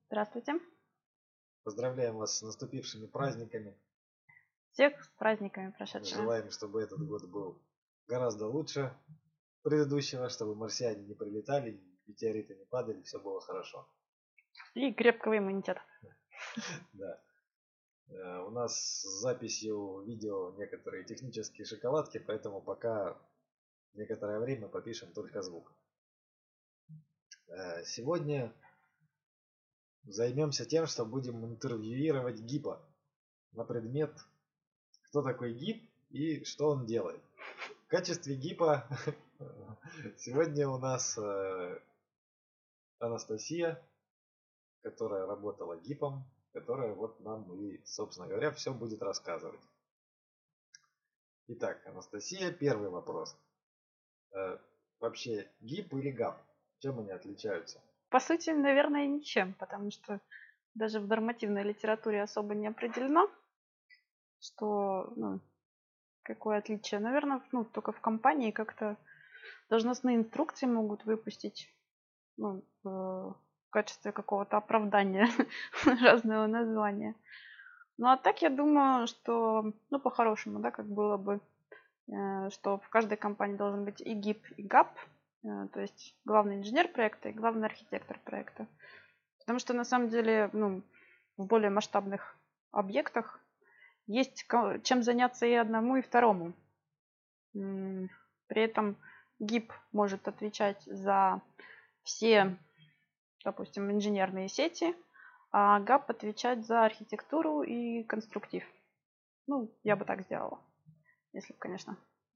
Здравствуйте. Поздравляем вас с наступившими праздниками. Всех с праздниками прошедшими. Желаем, чтобы этот год был гораздо лучше предыдущего, чтобы марсиане не прилетали, метеориты не падали, все было хорошо. И крепкого иммунитета. Да. У нас с записью видео некоторые технические шоколадки, поэтому пока некоторое время попишем только звук. Сегодня займемся тем, что будем интервьюировать ГИПа на предмет, кто такой ГИП и что он делает. В качестве ГИПа сегодня у нас Анастасия, которая работала ГИПом, которая вот нам и, собственно говоря, все будет рассказывать. Итак, Анастасия, первый вопрос. Вообще ГИП или ГАП? Чем они отличаются? По сути, наверное, ничем, потому что даже в нормативной литературе особо не определено, что, какое отличие. Наверное, только в компании как-то должностные инструкции могут выпустить, в качестве какого-то оправдания разного названия. Ну, а так я думаю, что, по-хорошему, да, как было бы, что в каждой компании должен быть и ГИП, и ГАП, то есть главный инженер проекта и главный архитектор проекта. Потому что на самом деле, в более масштабных объектах есть чем заняться и одному, и второму. При этом ГИП может отвечать за все, допустим, инженерные сети, а ГАП отвечать за архитектуру и конструктив. Я бы так сделала, если бы, конечно,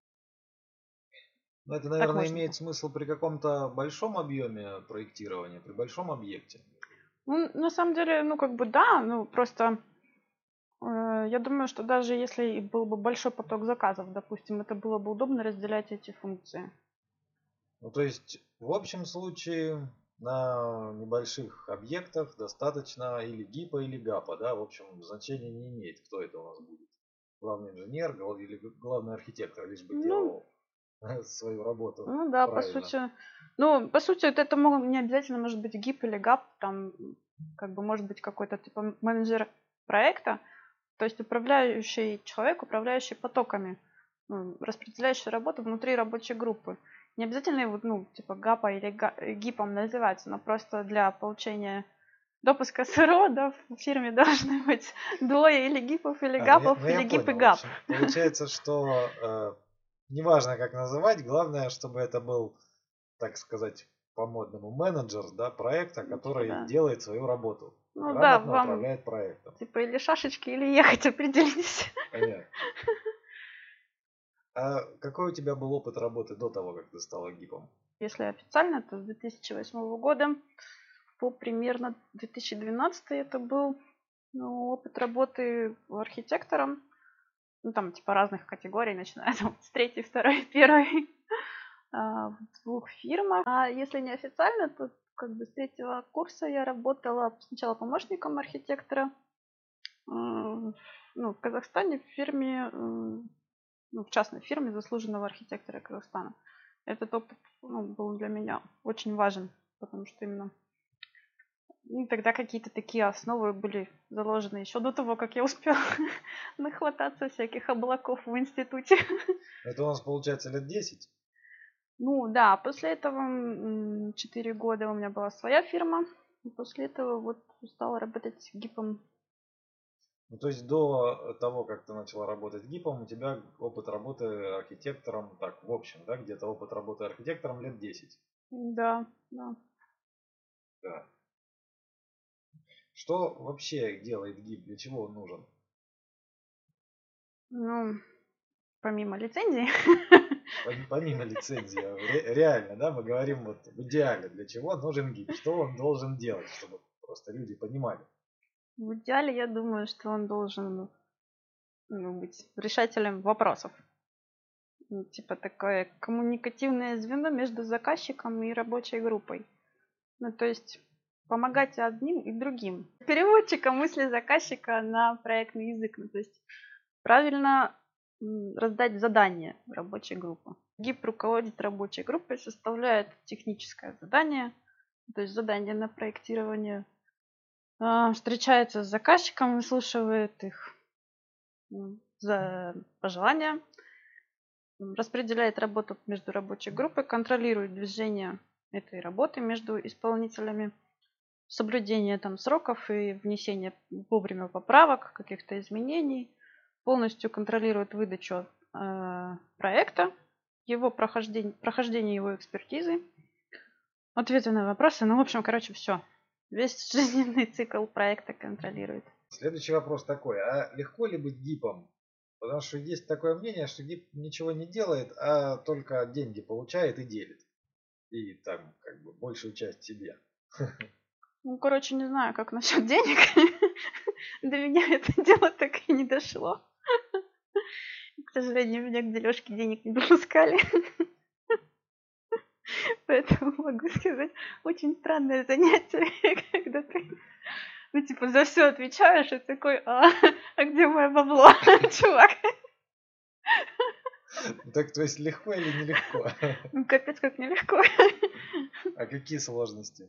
Ну, это, так наверное, можно имеет было. смысл при каком-то большом объеме проектирования, при большом объекте. На самом деле, да, просто я думаю, что даже если и был бы большой поток заказов, допустим, это было бы удобно разделять эти функции. Ну, то есть, в общем случае, на небольших объектах достаточно или ГИПа, или ГАПа, да, в общем, значения не имеет, кто это у нас будет. Главный инженер или главный архитектор, лишь бы Ну, делал свою работу да, по правильно. сути. По сути, это не обязательно может быть ГИП или ГАП, там как бы может быть какой-то типа менеджер проекта, то есть управляющий человек, управляющий потоками, распределяющий работу внутри рабочей группы. Не обязательно его, типа ГАПа или ГИПом называть, но просто для получения допуска СРО, да, в фирме должны быть двое или ГИПов, или ГАПов, Я или ГИП и понял, в ГАП. общем. Получается, что неважно, как называть, главное, чтобы это был, так сказать, по-модному менеджер, да, проекта, Типа, который да. делает свою работу, Да, грамотно вам управляет проектом. типа или шашечки, или ехать, определитесь. Понятно. А какой у тебя был опыт работы до того, как ты стала ГИПом? Если официально, то с 2008 года по примерно 2012 это был опыт работы архитектором. Там типа разных категорий, начиная там, с третьей, второй, первой, в двух фирмах. А если не официально, то как бы с третьего курса я работала сначала помощником архитектора, в Казахстане в фирме, в частной фирме заслуженного архитектора Казахстана. Этот опыт был для меня очень важен, потому что именно тогда какие-то такие основы были заложены еще до того, как я успела нахвататься всяких облаков в институте. Это у нас получается лет 10? Да, после этого 4 года у меня была своя фирма. И после этого вот стала работать ГИПом. Ну, то есть до того, как ты начала работать ГИПом, у тебя опыт работы архитектором, так, в общем, да, где-то опыт работы архитектором лет 10. Да, да. Да. Что вообще делает ГИП, для чего он нужен? Ну, помимо лицензии. Помимо лицензии, реально, да, мы говорим вот в идеале, для чего нужен ГИП, что он должен делать, чтобы просто люди понимали. В идеале, я думаю, что он должен быть решателем вопросов. Типа такое коммуникативное звено между заказчиком и рабочей группой. То есть помогать одним и другим. Переводчиком мысли заказчика на проектный язык. То есть правильно раздать задание рабочей группы. ГИП руководит рабочей группой, составляет техническое задание, то есть задание на проектирование, встречается с заказчиком, выслушивает их за пожелания, распределяет работу между рабочей группой, контролирует движение этой работы между исполнителями, соблюдение там сроков и внесение вовремя поправок, каких-то изменений, полностью контролирует выдачу проекта, его прохождение его экспертизы, ответы на вопросы, ну, в общем, короче, все. Весь жизненный цикл проекта контролирует. Следующий вопрос такой. А легко ли быть гипом? Потому что есть такое мнение, что гип ничего не делает, а только деньги получает и делит. И там как бы большую часть себе. Ну, короче, не знаю, как насчет денег. До меня это дело так и не дошло. К сожалению, меня к дележке денег не допускали. Поэтому могу сказать, очень странное занятие, когда ты, ну, типа, за все отвечаешь и такой, а где мое бабло, чувак? Так, то есть легко или нелегко? Ну, капец, как нелегко. А какие сложности?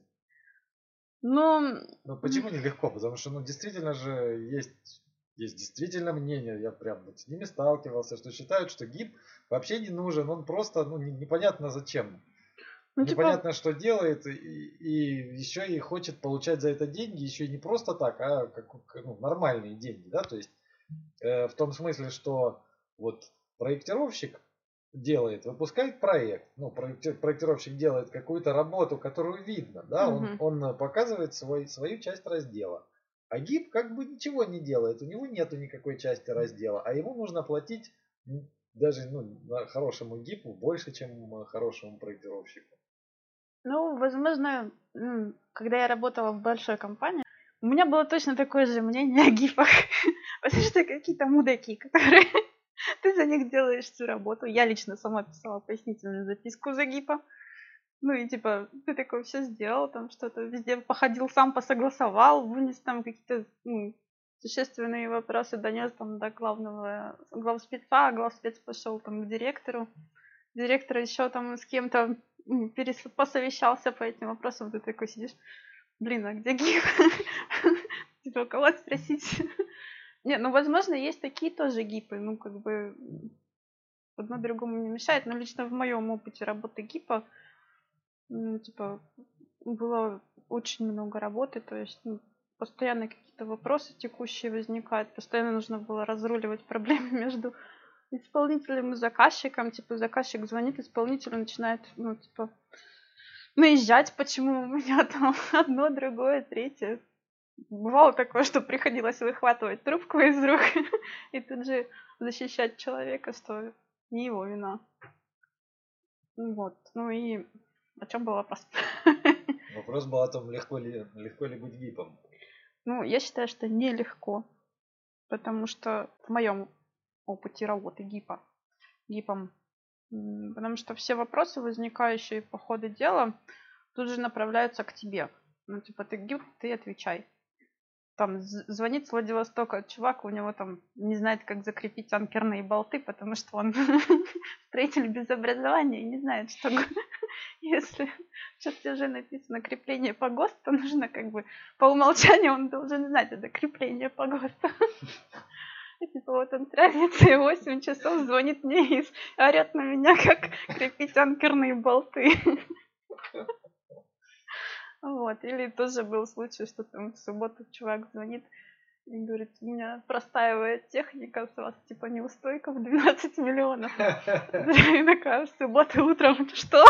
Ну, почему нелегко? Потому что, действительно же есть действительно мнение, я прям вот с ними сталкивался, что считают, что гип вообще не нужен, он просто, непонятно зачем. ну, типа, Непонятно, что делает, и еще и хочет получать за это деньги, еще и не просто так, а как, нормальные деньги, да, то есть в том смысле, что вот проектировщик выпускает проект, проектировщик делает какую-то работу, которую видно, да, он показывает свою часть раздела. А гип как бы ничего не делает, у него нету никакой части раздела, а ему нужно платить даже хорошему гипу больше, чем хорошему проектировщику. ну, возможно, когда я работала в большой компании, у меня было точно такое же мнение о гифах. Потому что какие-то мудаки, которые ты за них делаешь всю работу. Я лично сама писала пояснительную записку за гипа. Ну и типа, ты такое все сделал, там что-то везде походил, сам посогласовал, вынес там какие-то существенные вопросы, донес там до главного главспеца, а главспец пошел там к директору. Директор еще там с кем-то посовещался по этим вопросам, ты такой сидишь, блин, а где гиф? Типа, у кого спросить? Не, ну, возможно, есть такие тоже гипы, ну, как бы одно другому не мешает, но лично в моем опыте работы гипа, типа, было очень много работы, то есть, постоянно какие-то вопросы текущие возникают, постоянно нужно было разруливать проблемы между исполнителем и заказчиком, типа, заказчик звонит исполнителю, начинает, типа, наезжать, почему у меня там одно, другое, третье. Бывало такое, что приходилось выхватывать трубку из рук и тут же защищать человека, что не его вина. Вот. Ну и о чем был вопрос? Вопрос был о том, легко ли быть гипом. Ну, я считаю, что нелегко, потому что в моем опыте работы гипом, потому что все вопросы, возникающие по ходу дела, тут же направляются к тебе. Ну, типа, ты гип, ты отвечай. Там звонит с Владивостока чувак, у него там не знает, как закрепить анкерные болты, потому что он строитель без образования и не знает, что если в чертеже написано крепление по ГОСТу, нужно как бы по умолчанию он должен знать это крепление по ГОСТу. И типа вот он травится и 8 часов звонит мне и орет на меня, как крепить анкерные болты. Вот. Или тоже был случай, что там в субботу чувак звонит и говорит, у меня простаивает техника, с вас типа неустойка в 12 миллионов. И такая, в субботу утром, что?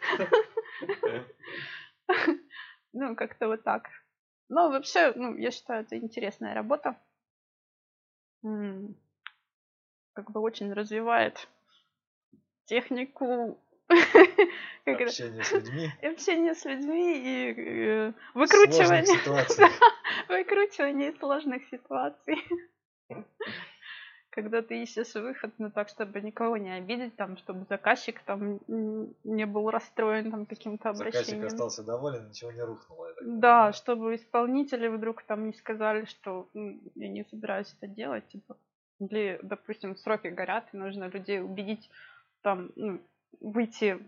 Ну, как-то вот так. Ну, вообще, я считаю, это интересная работа. Как бы очень развивает технику. Общение с людьми. Общение с людьми и выкручивание сложных ситуаций. Когда ты ищешь выход, так, чтобы никого не обидеть, там, чтобы заказчик там не был расстроен там каким-то обращением. Заказчик остался доволен, ничего не рухнуло. Да, чтобы исполнители вдруг там не сказали, что я не собираюсь это делать, типа, или, допустим, сроки горят, и нужно людей убедить там, выйти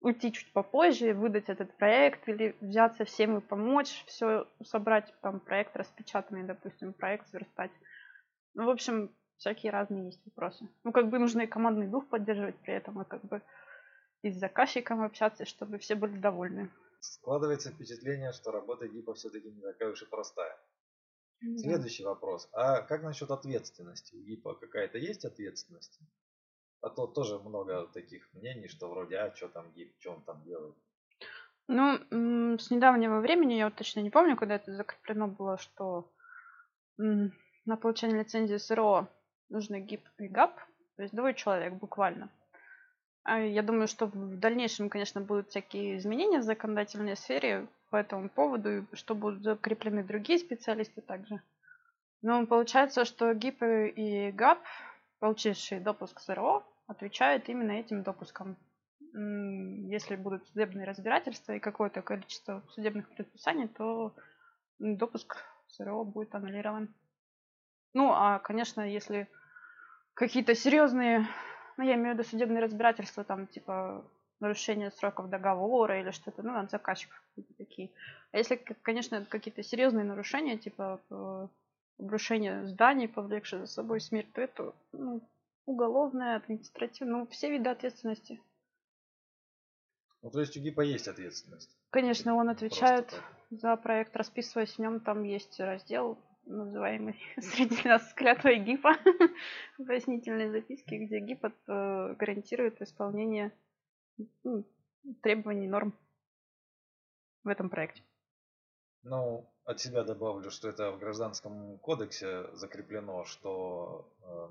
уйти чуть попозже, выдать этот проект или взяться всем и помочь, все собрать, там, проект распечатанный, допустим, проект сверстать. Ну, в общем, всякие разные есть вопросы. Ну, как бы нужно и командный дух поддерживать при этом, и как бы и с заказчиком общаться, чтобы все были довольны. Складывается впечатление, что работа ГИПа все-таки не такая уж и простая. Да. Следующий вопрос. А как насчет ответственности? У ГИПа какая-то есть ответственность? А то тоже много таких мнений, что вроде, а что там ГИП, что он там делает? Ну, с недавнего времени, я вот точно не помню, когда это закреплено было, что на получение лицензии СРО нужны ГИП и ГАП, то есть 2 человек буквально. Я думаю, что в дальнейшем, конечно, будут всякие изменения в законодательной сфере по этому поводу, и что будут закреплены другие специалисты также. Но получается, что ГИП и ГАП, получившие допуск СРО, отвечают именно этим допуском. Если будут судебные разбирательства и какое-то количество судебных предписаний, то допуск СРО будет аннулирован. Ну, а, конечно, если какие-то серьезные, ну, я имею в виду судебные разбирательства, там, типа, нарушение сроков договора или что-то, ну, от заказчиков какие-то такие. А если, конечно, какие-то серьезные нарушения, типа, обрушение зданий, повлекшее за собой смерть, то это, ну, уголовное, административное, ну, все виды ответственности. Ну, то есть у ГИПа есть ответственность. Конечно, он Не отвечает просто так. за проект, расписываясь в нем, там есть раздел, называемый среди нас клятвой ГИПа, пояснительные записки, где ГИП гарантирует исполнение требований, норм в этом проекте. Ну, от себя добавлю, что это в Гражданском кодексе закреплено, что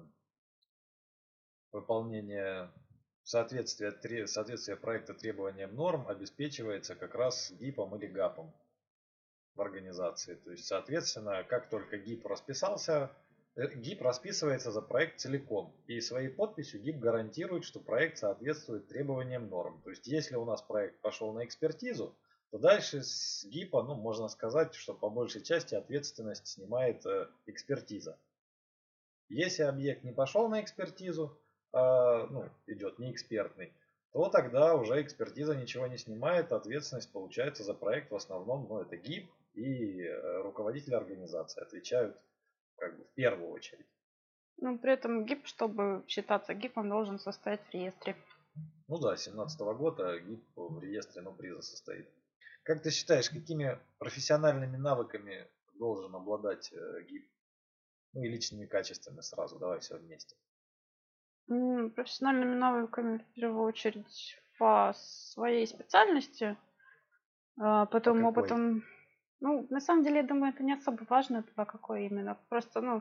выполнение соответствие проекта требованиям норм обеспечивается как раз ГИПом или ГАПом в организации. То есть, соответственно, как только ГИП расписался, ГИП расписывается за проект целиком. И своей подписью ГИП гарантирует, что проект соответствует требованиям норм. То есть, если у нас проект пошел на экспертизу, то дальше с ГИПа, ну, можно сказать, что по большей части ответственность снимает экспертиза. Если объект не пошел на экспертизу, ну, идет неэкспертный, то тогда уже экспертиза ничего не снимает, ответственность получается за проект в основном, ну, это ГИП и руководители организации отвечают как бы в первую очередь. Ну, при этом ГИП, чтобы считаться ГИПом, должен состоять в реестре. Ну да, 2017 года ГИП в реестре, ну, приза состоит. Как ты считаешь, какими профессиональными навыками должен обладать ГИП? Ну и личными качествами сразу, давай все вместе. Профессиональными навыками, в первую очередь, по своей специальности, По потом какой? опытом. Ну, на самом деле, я думаю, это не особо важно, по какой именно. Просто, ну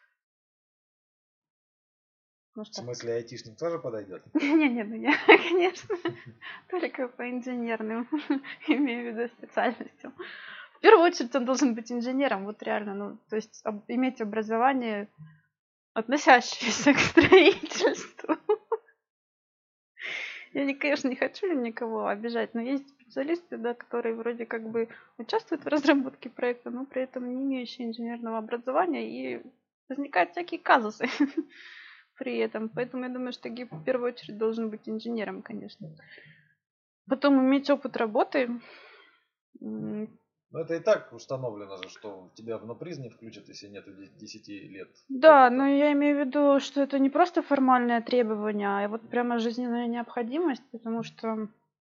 В что. смысле, айтишник тоже подойдет? Не-не, ну я, конечно, только по инженерным, имею в виду специальностям. В первую очередь он должен быть инженером, вот реально, ну, то есть иметь образование, относящееся к строительству. Я, конечно, не хочу никого обижать, но есть специалисты, да, которые вроде как бы участвуют в разработке проекта, но при этом не имеющие инженерного образования, и возникают всякие казусы при этом. Поэтому я думаю, что ГИП в первую очередь должен быть инженером, конечно. Потом иметь опыт работы. Ну, это и так установлено же, что тебя в наприз не включат, если нет 10 лет Да, но опыта. я имею в виду, что это не просто формальное требование, а вот прямо жизненная необходимость, потому что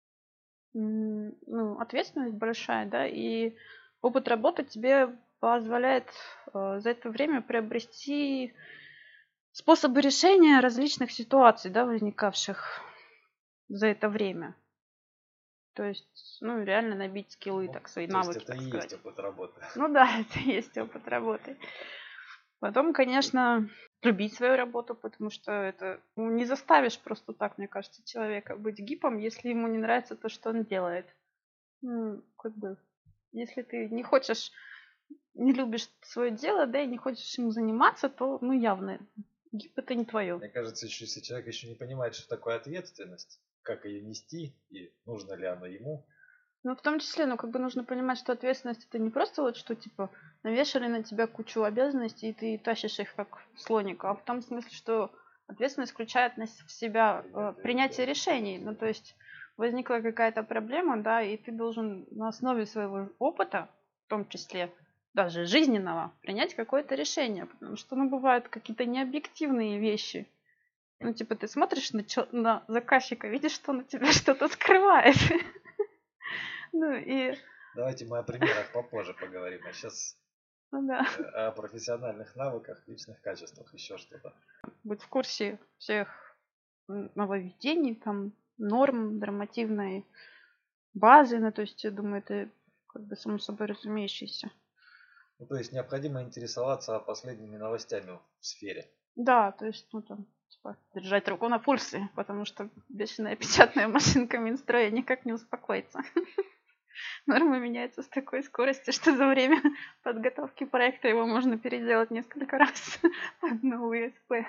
ну, ответственность большая, да, и опыт работы тебе позволяет за это время приобрести способы решения различных ситуаций, да, возникавших за это время. То есть, ну, реально набить скиллы, Ну, так, свои то есть навыки, это и так есть сказать. опыт работы. Ну да, это и есть опыт работы. Потом, конечно, любить свою работу, потому что это не заставишь просто так, мне кажется, человека быть гипом, если ему не нравится то, что он делает. Ну, как бы, если ты не хочешь, не любишь свое дело, да, и не хочешь им заниматься, то, ну, явно, гип это не твое. Мне кажется, если человек еще не понимает, что такое ответственность, как ее нести и нужно ли она ему. Ну, в том числе, ну, как бы нужно понимать, что ответственность это не просто вот что, типа, навешали на тебя кучу обязанностей, и ты тащишь их как слоника, а в том смысле, что ответственность включает в себя принятие решений. Ну, то есть, возникла какая-то проблема, да, и ты должен на основе своего опыта, в том числе даже жизненного, принять какое-то решение. Потому что, ну, бывают какие-то необъективные вещи. Ну, типа, ты смотришь на заказчика, видишь, что он от тебя что-то скрывает. Ну, и... Давайте мы о примерах попозже поговорим. А сейчас Ну, да. о профессиональных навыках, личных качествах, еще что-то. Быть в курсе всех нововведений, там, норм, нормативной базы. Ну, то есть, я думаю, это как бы само собой разумеющееся. Ну, то есть необходимо интересоваться последними новостями в сфере. Да, то есть, ну, там, типа, держать руку на пульсе, потому что бешеная печатная машинка Минстроя никак не успокоится. Нормы меняются с такой скоростью, что за время подготовки проекта его можно переделать несколько раз под новый СП.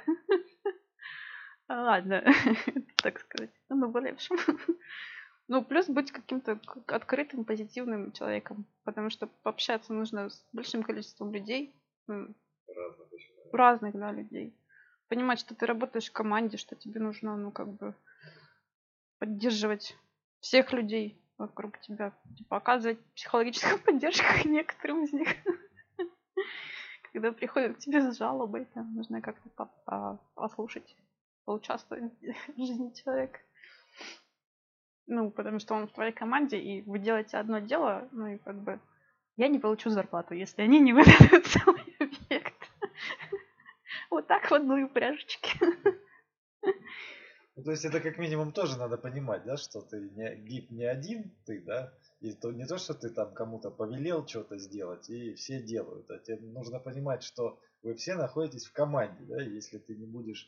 Ладно, так сказать, ну, более общем. Ну, плюс быть каким-то открытым, позитивным человеком, потому что пообщаться нужно с большим количеством людей, разных, да, людей. Понимать, что ты работаешь в команде, что тебе нужно, ну, как бы поддерживать всех людей вокруг тебя, типа оказывать психологическую поддержку некоторым из них. Когда приходят к тебе с жалобой, там нужно как-то послушать, поучаствовать в жизни человека. Ну, потому что он в твоей команде, и вы делаете одно дело, ну и как бы я не получу зарплату, если они не выдадут целый объект. Вот так вот, ну и упряжечки. Ну, то есть это как минимум тоже надо понимать, да, что ты не один, ты, да, и то не то, что ты там кому-то повелел что-то сделать, и все делают, а тебе нужно понимать, что вы все находитесь в команде, да, и если ты не будешь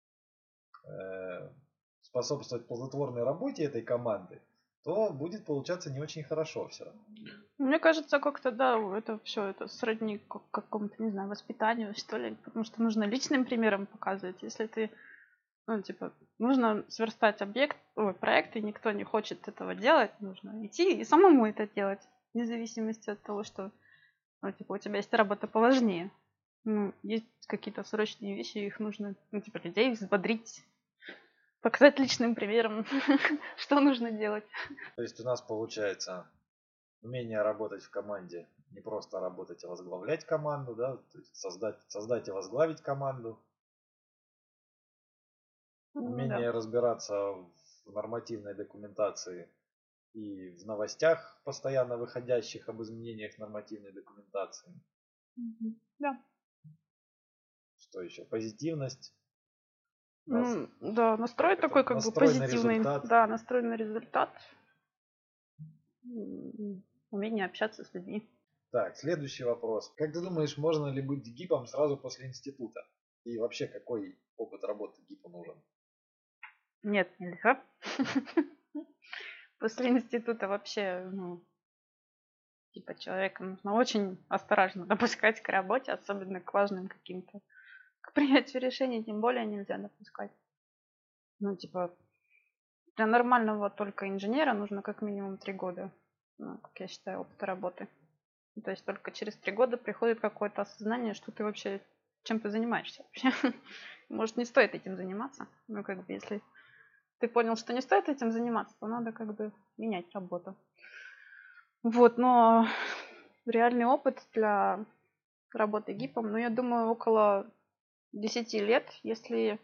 способствовать плодотворной работе этой команды, то будет получаться не очень хорошо все. Мне кажется, как-то, да, это все это сродни какому-то, не знаю, воспитанию, что ли, потому что нужно личным примером показывать. Если ты, ну, типа, нужно сверстать проект, и никто не хочет этого делать, нужно идти и самому это делать, вне зависимости от того, что, ну, типа, у тебя есть работа поважнее. Ну, есть какие-то срочные вещи, их нужно, ну, типа, людей взбодрить, показать личным примером, что нужно делать. То есть у нас получается умение работать в команде, не просто работать, а возглавлять команду, да, то есть создать и возглавить команду. Ну, да. Умение разбираться в нормативной документации и в новостях, постоянно выходящих об изменениях нормативной документации. Да. Что еще? Позитивность. Да, настрой такой как бы Настрой на позитивный. результат. Да, настрой на результат. Умение общаться с людьми. Так, следующий вопрос. Как ты думаешь, можно ли быть гипом сразу после института? И вообще, какой опыт работы гипу нужен? Нет, нельзя. После института вообще, ну, типа человека нужно очень осторожно допускать к работе, особенно к важным каким-то. К принятию решений тем более нельзя допускать. Ну, типа, для нормального только инженера нужно как минимум 3 года, ну, как я считаю, опыта работы. То есть только через 3 года приходит какое-то осознание, что ты вообще чем ты занимаешься вообще. Может, не стоит этим заниматься. Ну, как бы, если ты понял, что не стоит этим заниматься, то надо как бы менять работу. Вот, но реальный опыт для работы гипом, ну, я думаю, около 10 лет, если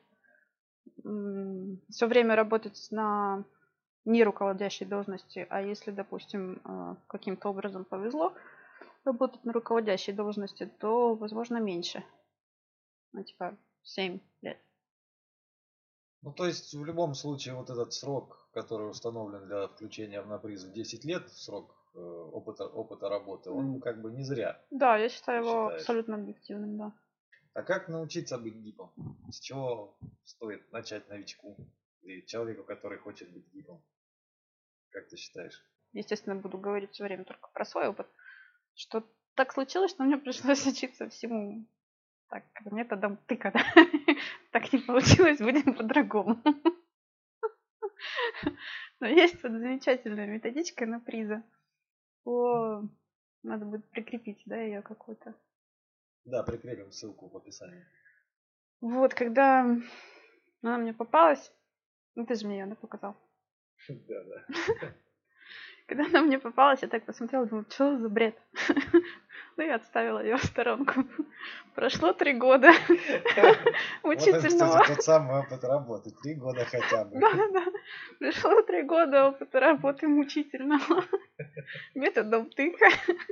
все время работать на не руководящей должности, а если, допустим, каким-то образом повезло работать на руководящей должности, то, возможно, меньше. Ну, типа 7 лет. Ну, то есть, в любом случае, вот этот срок, который установлен для включения в наприз в 10 лет, срок опыта работы, он как бы не зря. Да, я считаю его считаешь? абсолютно объективным, да. А как научиться быть гипом? С чего стоит начать новичку или человеку, который хочет быть гипом? Как ты считаешь? Естественно, буду говорить все время только про свой опыт. Что так случилось, что мне пришлось учиться всему так, методом тыка. Да? Так не получилось, будем по-другому. Но есть вот замечательная методичка на приза. Надо будет прикрепить, да, ее какую-то. Да, прикрепим ссылку в описании. Вот, когда она мне попалась, ну ты же мне ее показал. Да. Когда она мне попалась, я так посмотрела, думаю, что за бред? Ну и отставила ее в сторонку. Прошло 3 года Вот он, мучительного. кстати, тот самый опыт работы. 3 года хотя бы. Да. Пришло 3 года опыта работы мучительного. Методом тыка,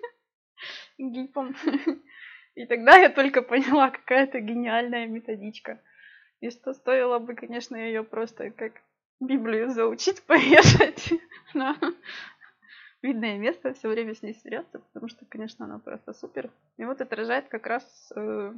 гипом. И тогда я только поняла, какая это гениальная методичка. И что стоило бы, конечно, ее просто как Библию заучить, повешать на видное место, все время с ней сверяться, потому что, конечно, она просто супер. И вот отражает как раз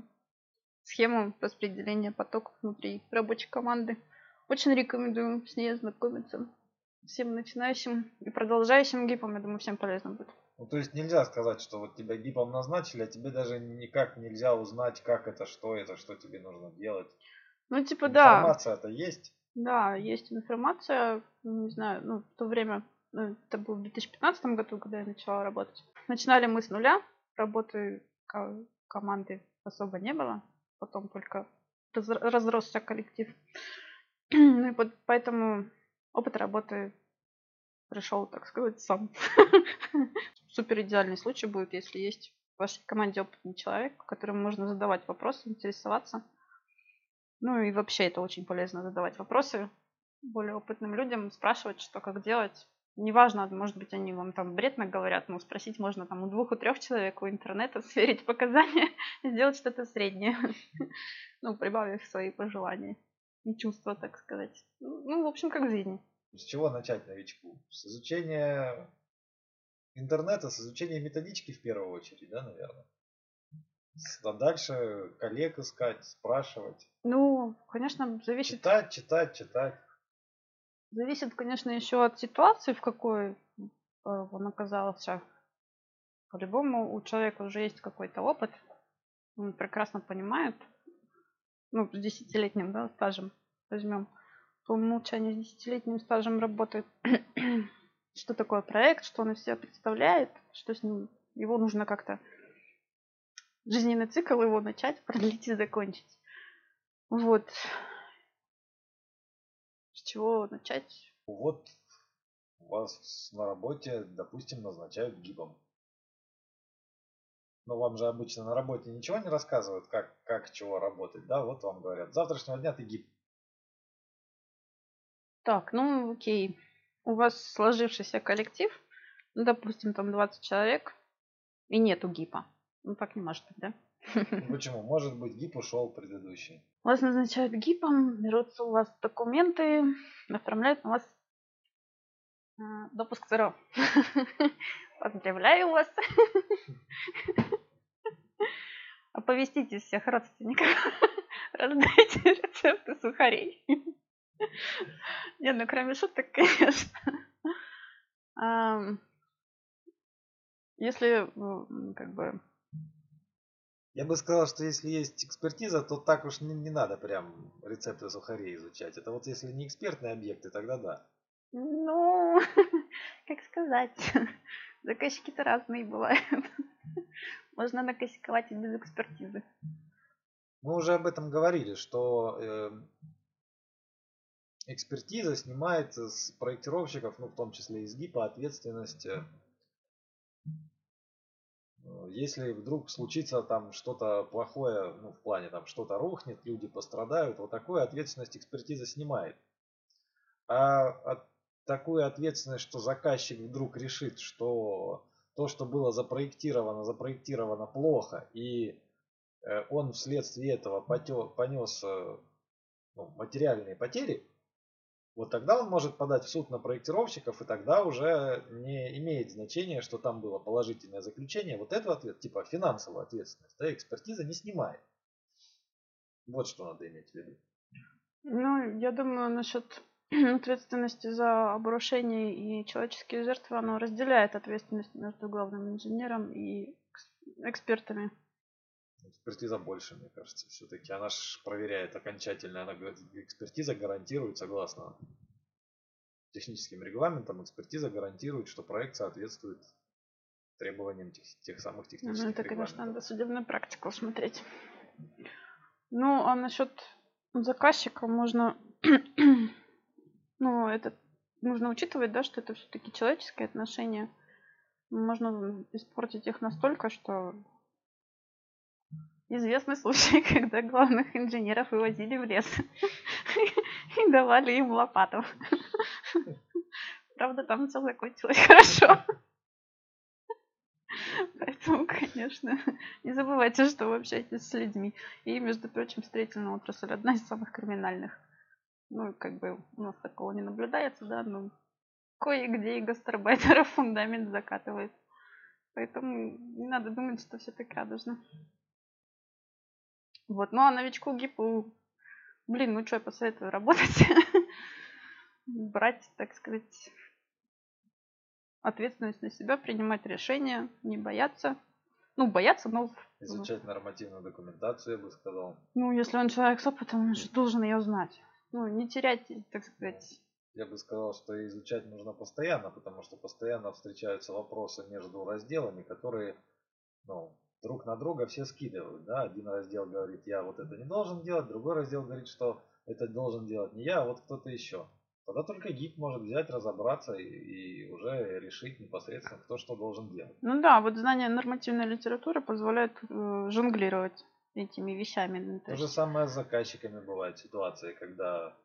схему распределения потоков внутри рабочей команды. Очень рекомендую с ней ознакомиться. Всем начинающим и продолжающим гипам, я думаю, всем полезно будет. Ну, то есть нельзя сказать, что вот тебя гипом назначили, а тебе даже никак нельзя узнать, как это, что тебе нужно делать. Ну, типа, да. Информация-то есть. Да, есть информация. Не знаю, ну, в то время, это было в 2015 году, когда я начала работать. Начинали мы с нуля. Работы команды особо не было. Потом только разросся коллектив. Ну и поэтому опыт работы пришел, так сказать, сам. Супер идеальный случай будет, если есть в вашей команде опытный человек, которому можно задавать вопросы, интересоваться. Ну и вообще это очень полезно задавать вопросы более опытным людям, спрашивать, что как делать. Неважно, может быть, они вам там бред наговорят, но спросить можно там у 2-3 человек у интернета, сверить показания, сделать что-то среднее. Ну, прибавив свои пожелания и чувства, так сказать. Ну, в общем, как в жизни. С чего начать новичку? С изучения интернета, с изучения методички в первую очередь, да, наверное. А дальше коллег искать, спрашивать. Ну, конечно, зависит. Читать. Зависит, конечно, еще от ситуации, в какой он оказался. По-любому у человека уже есть какой-то опыт. Он прекрасно понимает. Ну, с 10-летним, да, стажем возьмем. По умолчанию с 10-летним стажем работает. Что такое проект, что он из себя представляет, что с ним. Его нужно как-то жизненный цикл его начать, продлить и закончить. Вот. С чего начать? Вот вас на работе, допустим, назначают гибом. Но вам же обычно на работе ничего не рассказывают, как чего работать, да? Вот вам говорят, с завтрашнего дня ты гиб. Так, ну окей. У вас сложившийся коллектив, ну, допустим, там 20 человек, и нету гипа. Ну, так не может быть, да? Ну, почему? Может быть, гиб ушел предыдущий. Вас назначают гипом, берутся у вас документы, оформляют на вас допуск ЦРО. Поздравляю вас. Оповестите всех родственников. Раздайте рецепты сухарей. Не, ну кроме шуток, конечно. Если, как бы... Я бы сказал, что если есть экспертиза, то так уж не надо прям рецепты сухарей изучать. Это вот если не экспертные объекты, тогда да. Ну, как сказать, заказчики-то разные бывают. Можно накосяковать и без экспертизы. Мы уже об этом говорили, что экспертиза снимает с проектировщиков, ну в том числе из ГИПа, ответственность. Если вдруг случится там что-то плохое, ну в плане там что-то рухнет, люди пострадают, вот такую ответственность экспертиза снимает. А такую ответственность, что заказчик вдруг решит, что то, что было запроектировано плохо, и он вследствие этого понес материальные потери, вот тогда он может подать в суд на проектировщиков, и тогда уже не имеет значения, что там было положительное заключение. Вот эту типа финансовую ответственность, да, экспертиза не снимает. Вот что надо иметь в виду. Ну, я думаю, насчет ответственности за обрушение и человеческие жертвы, оно разделяет ответственность между главным инженером и экспертами. Экспертиза больше, мне кажется, все-таки. Она же проверяет окончательно. Она говорит, экспертиза гарантирует, согласно техническим регламентам, экспертиза гарантирует, что проект соответствует требованиям тех самых технических Ну, это, регламентов. конечно, надо судебную практику смотреть. Ну, а насчет заказчика можно, ну, это нужно учитывать, да, что это все-таки человеческие отношения. Можно испортить их настолько, что известный случай, когда главных инженеров вывозили в лес и давали им лопату. Правда, там все закончилось хорошо. Поэтому, конечно, не забывайте, что вы общаетесь с людьми. И, между прочим, строительная отрасль одна из самых криминальных. Ну, как бы у нас такого не наблюдается, да, но кое-где и гастарбайтеров фундамент закатывает. Поэтому не надо думать, что все так радужно. Вот, ну а новичку ГИПу, блин, ну что я посоветую работать, брать, так сказать, ответственность на себя, принимать решения, не бояться. Ну, бояться, но... Изучать нормативную документацию, я бы сказал. Ну, если он человек с опытом, он же должен ее знать. Ну, не терять, так сказать. Я бы сказал, что изучать нужно постоянно, потому что постоянно встречаются вопросы между разделами, которые, ну, друг на друга все скидывают. Да? Один раздел говорит, я вот это не должен делать, другой раздел говорит, что это должен делать не я, а вот кто-то еще. Тогда только ГИК может взять, разобраться и уже решить непосредственно, кто что должен делать. Ну да, вот знание нормативной литературы позволяет жонглировать этими вещами. То же самое с заказчиками бывает ситуации, когда,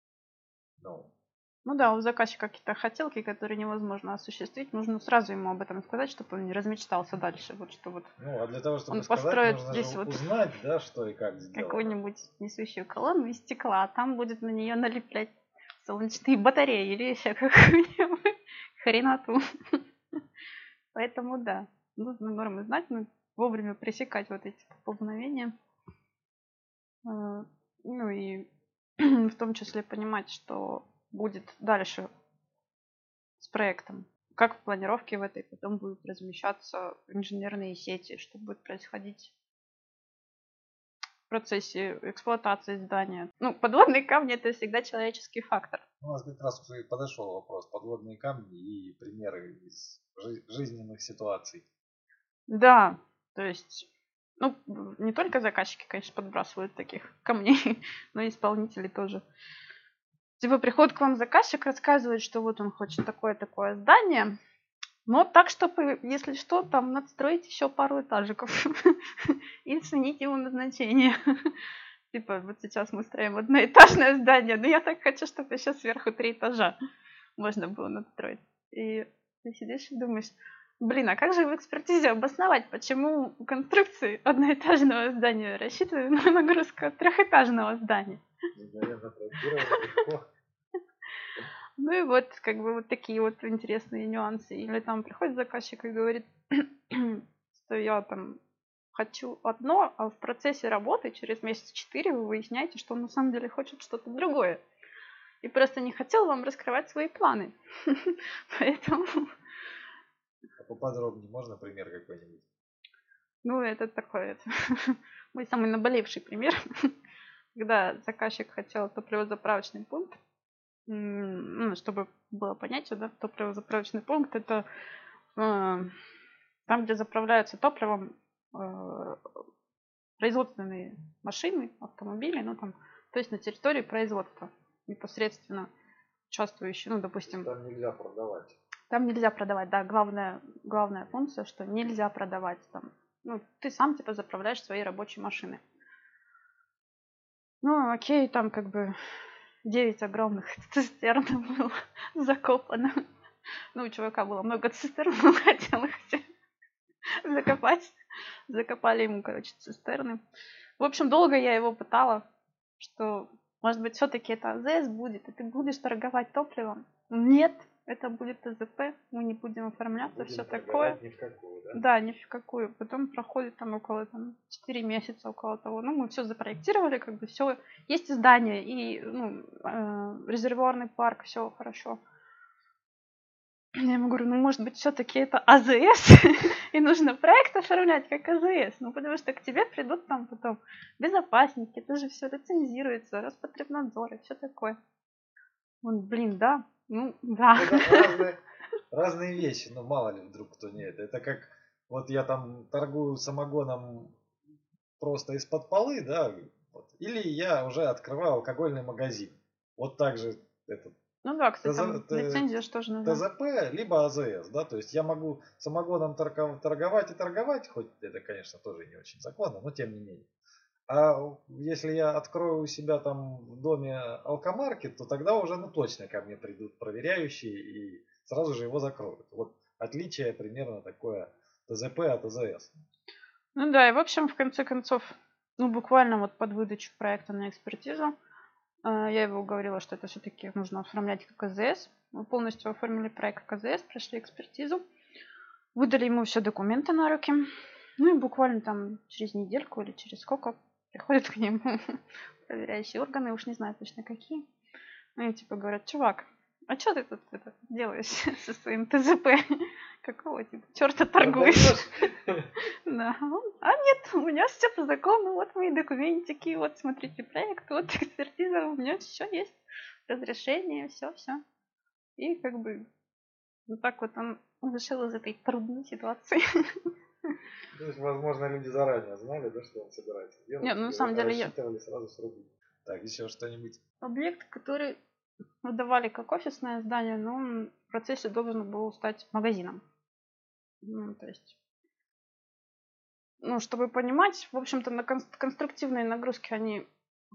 ну да, у заказчика какие-то хотелки, которые невозможно осуществить, нужно сразу ему об этом сказать, чтобы он не размечтался дальше. Вот что вот. Ну, а для того, чтобы он сказать, построит нужно здесь же вот узнать, да, что и как сделано. Какую-нибудь несущую колонну из стекла, а там будет на нее налеплять солнечные батареи или еще какую-нибудь хреноту. Поэтому да, нужно нормы знать, но вовремя пресекать вот эти поползновения. Ну и в том числе понимать, что будет дальше с проектом. Как в планировке в этой потом будут размещаться инженерные сети, что будет происходить в процессе эксплуатации здания. Ну, подводные камни – это всегда человеческий фактор. У нас как раз и подошел вопрос. Подводные камни и примеры из жизненных ситуаций. Да, то есть, ну, не только заказчики, конечно, подбрасывают таких камней, но и исполнители тоже. Типа приходит к вам заказчик, рассказывает, что вот он хочет такое-такое здание, но так, чтобы, если что, там надстроить еще пару этажиков и сменить его назначение. Типа, вот сейчас мы строим одноэтажное здание, но я так хочу, чтобы еще сверху 3 этажа можно было надстроить. И ты сидишь и думаешь, блин, а как же в экспертизе обосновать, почему у конструкции одноэтажного здания рассчитана на нагрузку трехэтажного здания? Ну и вот, как бы вот такие вот интересные нюансы. Или там приходит заказчик и говорит, что я там хочу одно, а в процессе работы через месяц 4 вы выясняете, что он на самом деле хочет что-то другое. И просто не хотел вам раскрывать свои планы. Поэтому... А поподробнее можно пример какой-нибудь? Ну, это такой мой самый наболевший пример. Когда заказчик хотел топливозаправочный пункт, ну, чтобы было понятие, да, топливозаправочный пункт – это там, где заправляются топливом производственные машины, автомобили, ну там, то есть на территории производства непосредственно участвующие, ну, допустим. Там нельзя продавать. Там нельзя продавать, да, главная функция, что нельзя продавать там. Ну, ты сам типа заправляешь свои рабочие машины. Ну, окей, там как бы 9 огромных цистерн было закопано. Ну, у чувака было много цистерн, он хотел их все закопать. Закопали ему, короче, цистерны. В общем, долго я его пытала, что, может быть, все-таки это АЗС будет, и ты будешь торговать топливом. Нет, это будет ТЗП, мы не будем оформляться, все такое. Ни в какую, да? Да, ни в какую. Потом проходит там около 4 месяца, около того. Ну, мы все запроектировали, как бы все. Есть и здание, и резервуарный парк, все хорошо. Я ему говорю, ну, может быть, все-таки это АЗС, и нужно проект оформлять как АЗС, ну, потому что к тебе придут там потом безопасники, это же все лицензируется, Роспотребнадзор и все такое. Он, блин, да, ну, да. Это разные вещи, но мало ли вдруг кто не это. Это как, вот я там торгую самогоном просто из-под полы, да, вот. Или я уже открываю алкогольный магазин. Вот так же этот Ну да, кстати, там лицензия же тоже нужна. ТЗП, либо АЗС, да, то есть я могу самогоном торговать и торговать, хоть это, конечно, тоже не очень законно, но тем не менее. А если я открою у себя там в доме алкомаркет, то тогда уже ну точно ко мне придут проверяющие и сразу же его закроют. Вот отличие примерно такое ТЗП от АЗС. Ну да, и в общем, в конце концов, ну буквально вот под выдачу проекта на экспертизу, я его уговорила, что это все-таки нужно оформлять как АЗС. Мы полностью оформили проект как АЗС, прошли экспертизу, выдали ему все документы на руки. Ну и буквально там через недельку или через сколько приходят к ним проверяющие органы, уж не знаю точно какие. Ну и типа говорят: чувак, а что ты тут это делаешь со своим ТЗП? Какого типа черта торгуешь? Да. А нет, у меня все по закону, вот мои документики, вот смотрите проект, вот экспертиза, у меня все есть, разрешение, все. И как бы вот так вот он вышел из этой трудной ситуации. То есть, возможно, люди заранее знали, да, что он собирается делать. Нет, ну на и самом деле рассчитывали сразу срубить. Так, еще что-нибудь? объект, который выдавали как офисное здание, но он в процессе должен был стать магазином. Ну, то есть, ну, чтобы понимать, в общем-то, на конструктивные нагрузки они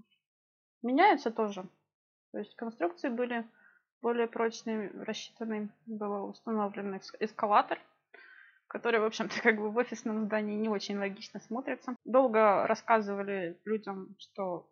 меняются тоже. То есть конструкции были более прочные, рассчитанный, был установлен эскалатор, который, в общем-то, как бы в офисном здании не очень логично смотрится. Долго рассказывали людям, что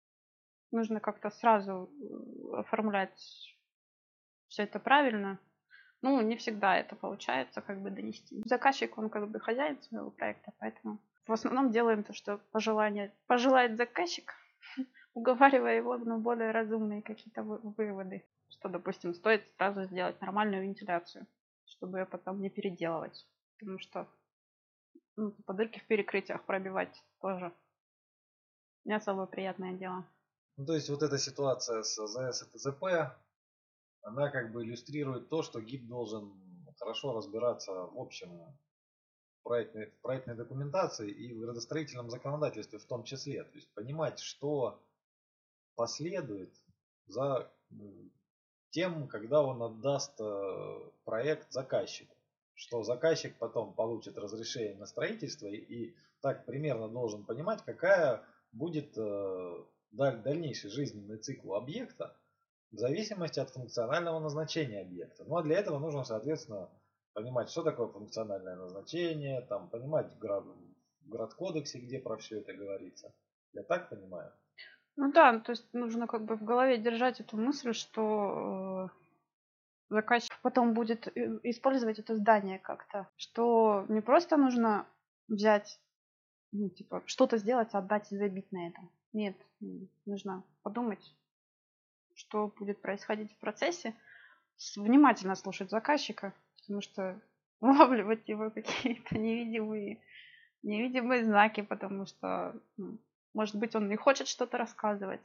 нужно как-то сразу оформлять все это правильно. Ну, не всегда это получается как бы донести. Заказчик, он как бы хозяин своего проекта, поэтому в основном делаем то, что пожелает заказчик, уговаривая его на более разумные какие-то выводы. Что, допустим, стоит сразу сделать нормальную вентиляцию, чтобы ее потом не переделывать. Потому что ну, типа дырки в перекрытиях пробивать тоже не особо приятное дело. Ну, то есть вот эта ситуация с АЗС и ТЗП, она как бы иллюстрирует то, что ГИП должен хорошо разбираться в общем проектной документации и в градостроительном законодательстве в том числе. То есть понимать, что последует за тем, когда он отдаст проект заказчику. Что заказчик потом получит разрешение на строительство и так примерно должен понимать, какая будет дальнейший жизненный цикл объекта в зависимости от функционального назначения объекта. Ну а для этого нужно, соответственно, понимать, что такое функциональное назначение, там, понимать в градкодексе, где про все это говорится. Я так понимаю? Ну да, то есть нужно как бы в голове держать эту мысль, что заказчик потом будет использовать это здание как-то. Что не просто нужно взять, ну, типа, что-то сделать, отдать и забить на этом. Нет, нужно подумать, что будет происходить в процессе, внимательно слушать заказчика, потому что улавливать его какие-то невидимые знаки, потому что, ну, может быть, он не хочет что-то рассказывать.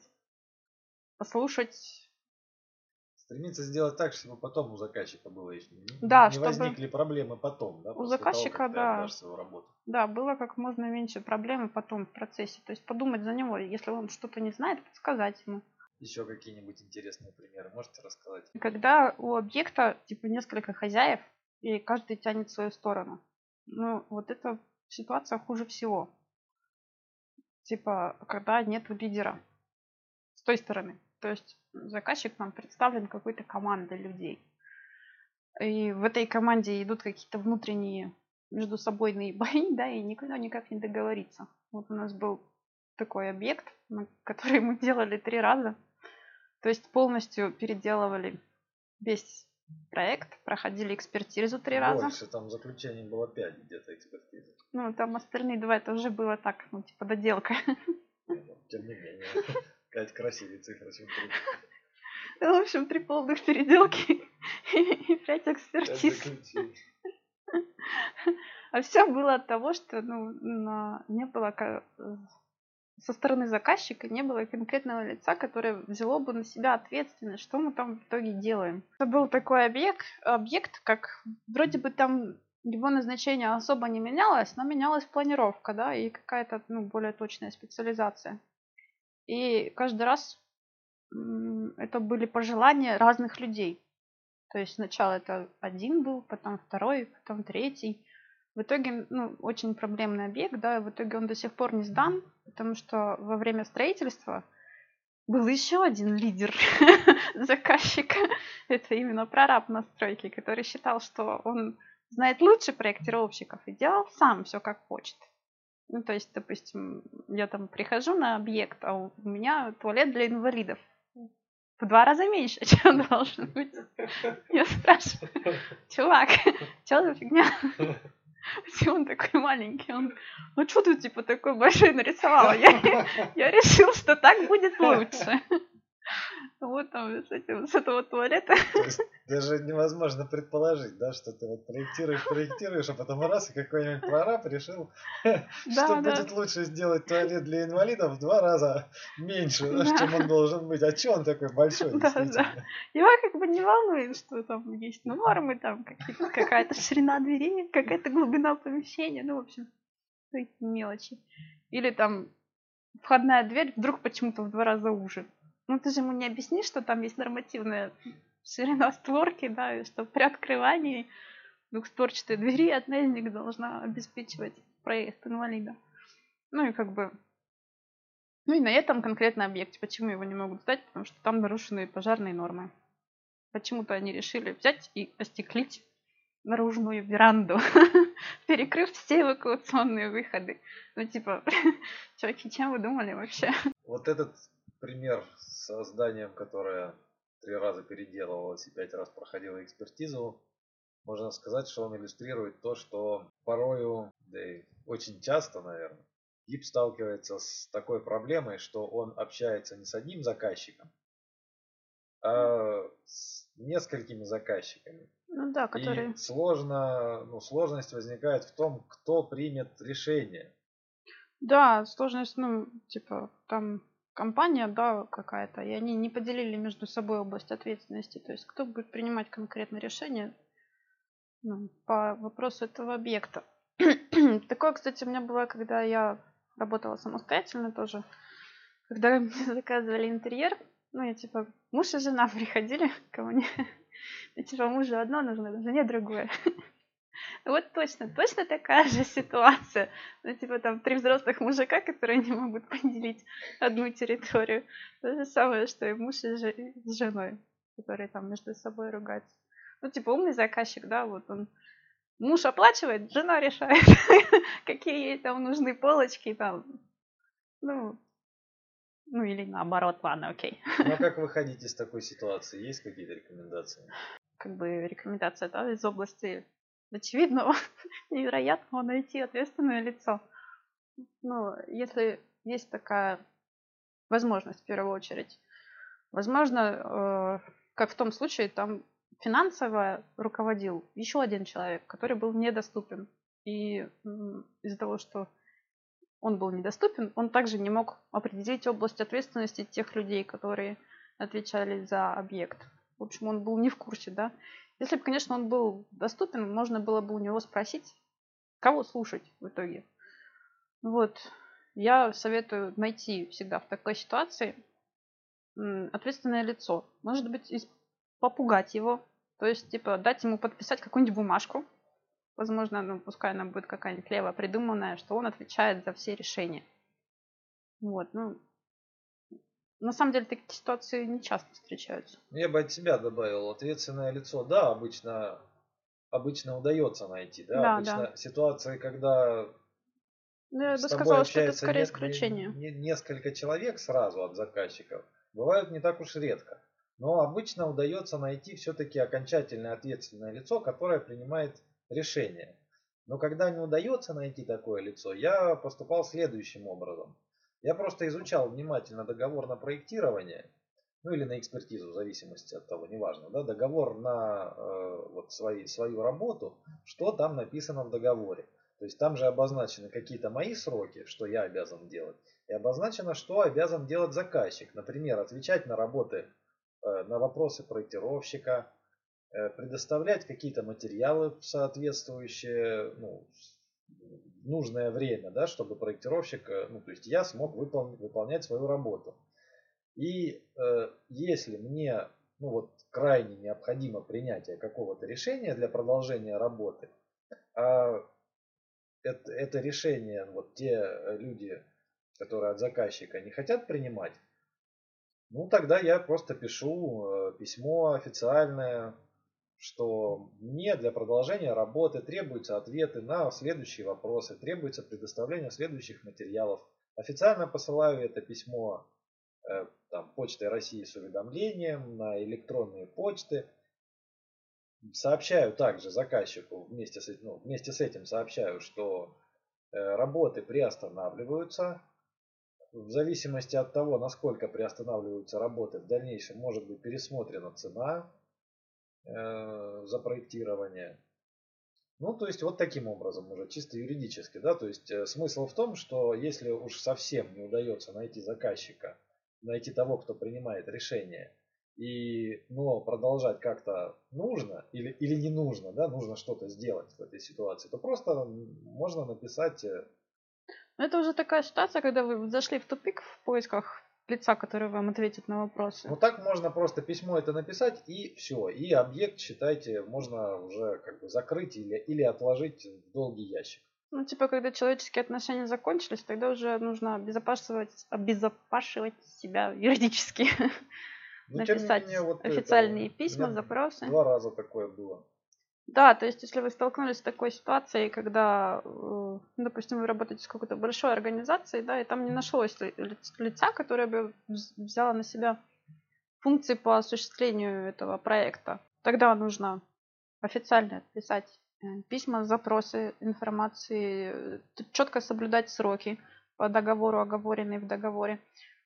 Послушать. Стремиться сделать так, чтобы потом у заказчика было, Да, не чтобы возникли проблемы потом, да, у после того, заказчика, как ты да, отдашь свою работу. да, было как можно меньше проблем потом в процессе. То есть подумать за него, если он что-то не знает, подсказать ему. Еще какие-нибудь интересные примеры можете рассказать? Когда у объекта типа несколько хозяев, и каждый тянет в свою сторону. Ну, вот эта ситуация хуже всего. Типа, когда нет лидера с той стороны. То есть заказчик нам представлен какой-то командой людей. И в этой команде идут какие-то внутренние между собойные бои, да, и никто никак не договорится. Вот у нас был такой объект, который мы делали 3 раза. То есть полностью переделывали весь проект, проходили экспертизу 3 раза. Больше, там заключений было 5 где-то экспертизы. Ну, там остальные 2 это уже было так, ну, типа доделка. Тем не менее, 5 красивее цифр, чем 3. Ну, в общем, 3 полных переделки и 5 экспертиз. А все было от того, что ну, не было со стороны заказчика не было конкретного лица, которое взяло бы на себя ответственность, что мы там в итоге делаем. Это был такой объект, как вроде бы там его назначение особо не менялось, но менялась планировка, да, и какая-то ну, более точная специализация. И каждый раз это были пожелания разных людей. То есть сначала это один был, потом второй, потом третий. В итоге, очень проблемный объект, да, в итоге он до сих пор не сдан, потому что во время строительства был еще один лидер заказчика. Это именно прораб настройки, который считал, что он знает лучше проектировщиков и делал сам все как хочет. То есть, допустим, я там прихожу на объект, а у меня туалет для инвалидов в 2 раза меньше, чем должен быть. Я спрашиваю: чувак, что за фигня? Почему он такой маленький? Он: ну что ты типа такой большой нарисовала? Я решил, что так будет лучше. Вот там с этого туалета. То есть даже невозможно предположить, да, что ты вот проектируешь, а потом раз, и какой-нибудь прораб решил, что будет лучше сделать туалет для инвалидов в 2 раза меньше, чем он должен быть. А че он такой большой, действительно? Его как бы не волнует, что там есть нормы, там какая-то ширина дверей, какая-то глубина помещения, в общем, такие мелочи. Или там входная дверь вдруг почему-то в 2 раза уже. Ты же ему не объяснишь, что там есть нормативная ширина створки, да, и что при открывании двухстворчатой двери одна из них должна обеспечивать проезд инвалида. И на этом конкретно объекте. Почему его не могут сдать? Потому что там нарушены пожарные нормы. Почему-то они решили взять и остеклить наружную веранду, перекрыв все эвакуационные выходы. Чуваки, чем вы думали вообще? Вот этот пример с зданием, которое 3 раза переделывалось и 5 раз проходило экспертизу, можно сказать, что он иллюстрирует то, что порою, да и очень часто, наверное, ГИП сталкивается с такой проблемой, что он общается не с одним заказчиком, а с несколькими заказчиками. Которые... И сложность возникает в том, кто примет решение. Да, сложность, там компания, да, какая-то, и они не поделили между собой область ответственности. То есть кто будет принимать конкретное решение по вопросу этого объекта. Такое, кстати, у меня было, когда я работала самостоятельно тоже. Когда мне заказывали интерьер, муж и жена приходили ко мне. Мужу одно нужно, жене другое. Вот точно такая же ситуация. Там 3 взрослых мужика, которые не могут поделить одну территорию. То же самое, что и муж с женой, которые там между собой ругаются. Умный заказчик, да, вот он. Муж оплачивает, жена решает, какие ей там нужны полочки там. Или наоборот, ладно, окей. А как выходить из такой ситуации? Есть какие-то рекомендации? Рекомендация, да, из области очевидного, невероятного найти ответственное лицо. Если есть такая возможность, в первую очередь. Возможно, как в том случае, там финансово руководил еще один человек, который был недоступен. И из-за того, что он был недоступен, он также не мог определить область ответственности тех людей, которые отвечали за объект. В общем, он был не в курсе, да. Если бы, конечно, он был доступен, можно было бы у него спросить, кого слушать в итоге. Я советую найти всегда в такой ситуации ответственное лицо. Может быть, попугать его, то есть, дать ему подписать какую-нибудь бумажку. Возможно, пускай она будет какая-нибудь лево придуманная, что он отвечает за все решения. На самом деле такие ситуации не часто встречаются. Я бы от себя добавил ответственное лицо. Да, обычно удается найти. Да, обычно ситуации, когда я бы сказала, что это скорее исключение. Несколько человек сразу от заказчиков бывают не так уж редко. Но обычно удается найти все-таки окончательное ответственное лицо, которое принимает решение. Но когда не удается найти такое лицо, я поступал следующим образом. Я просто изучал внимательно договор на проектирование, или на экспертизу, в зависимости от того, неважно, да, договор на свою работу, что там написано в договоре. То есть там же обозначены какие-то мои сроки, что я обязан делать, и обозначено, что обязан делать заказчик. Например, отвечать на вопросы проектировщика, предоставлять какие-то материалы соответствующие, в нужное время, да, чтобы проектировщик, то есть я смог выполнять свою работу. И если мне ну вот крайне необходимо принятие какого-то решения для продолжения работы, а это решение вот те люди, которые от заказчика не хотят принимать, ну тогда я просто пишу письмо официальное, что мне для продолжения работы требуются ответы на следующие вопросы, требуется предоставление следующих материалов. Официально посылаю это письмо там, Почтой России с уведомлением на электронные почты. Сообщаю также заказчику, вместе с этим сообщаю, что работы приостанавливаются. В зависимости от того, насколько приостанавливаются работы, в дальнейшем может быть пересмотрена цена за проектирование. Ну, то есть вот таким образом уже, чисто юридически, да, то есть смысл в том, что если уж совсем не удается найти заказчика, найти того, кто принимает решение, но продолжать как-то нужно или не нужно, да, нужно что-то сделать в этой ситуации, то просто можно написать, Но это уже такая ситуация, когда вы зашли в тупик в поисках лица, который вам ответит на вопросы. ну так можно просто письмо это написать и все, и объект, считайте, можно уже как бы закрыть или отложить в долгий ящик. Ну, типа, когда человеческие отношения закончились, тогда уже нужно обезопашивать себя юридически. Но тем не Написать менее, вот это официальные у письма, меня запросы. 2 раза такое было. Да, то есть, если вы столкнулись с такой ситуацией, когда, допустим, вы работаете с какой-то большой организацией, да, и там не нашлось лица, которое бы взяло на себя функции по осуществлению этого проекта, тогда нужно официально писать письма, запросы информации, четко соблюдать сроки по договору, оговоренные в договоре.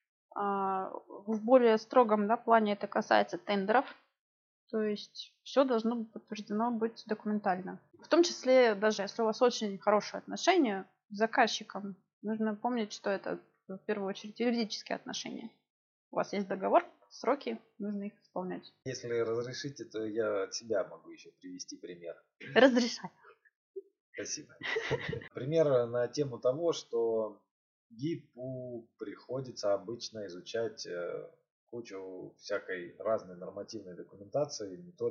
В более строгом, да, плане это касается тендеров, то есть все должно быть подтверждено быть документально. В том числе, даже если у вас очень хорошие отношения с заказчиком, нужно помнить, что это в первую очередь юридические отношения. У вас есть договор, сроки, нужно их исполнять. Если разрешите, то я от себя могу еще привести пример. Разрешать. Спасибо. Пример на тему того, что ГИПу приходится обычно изучать кучу всякой разной нормативной документации,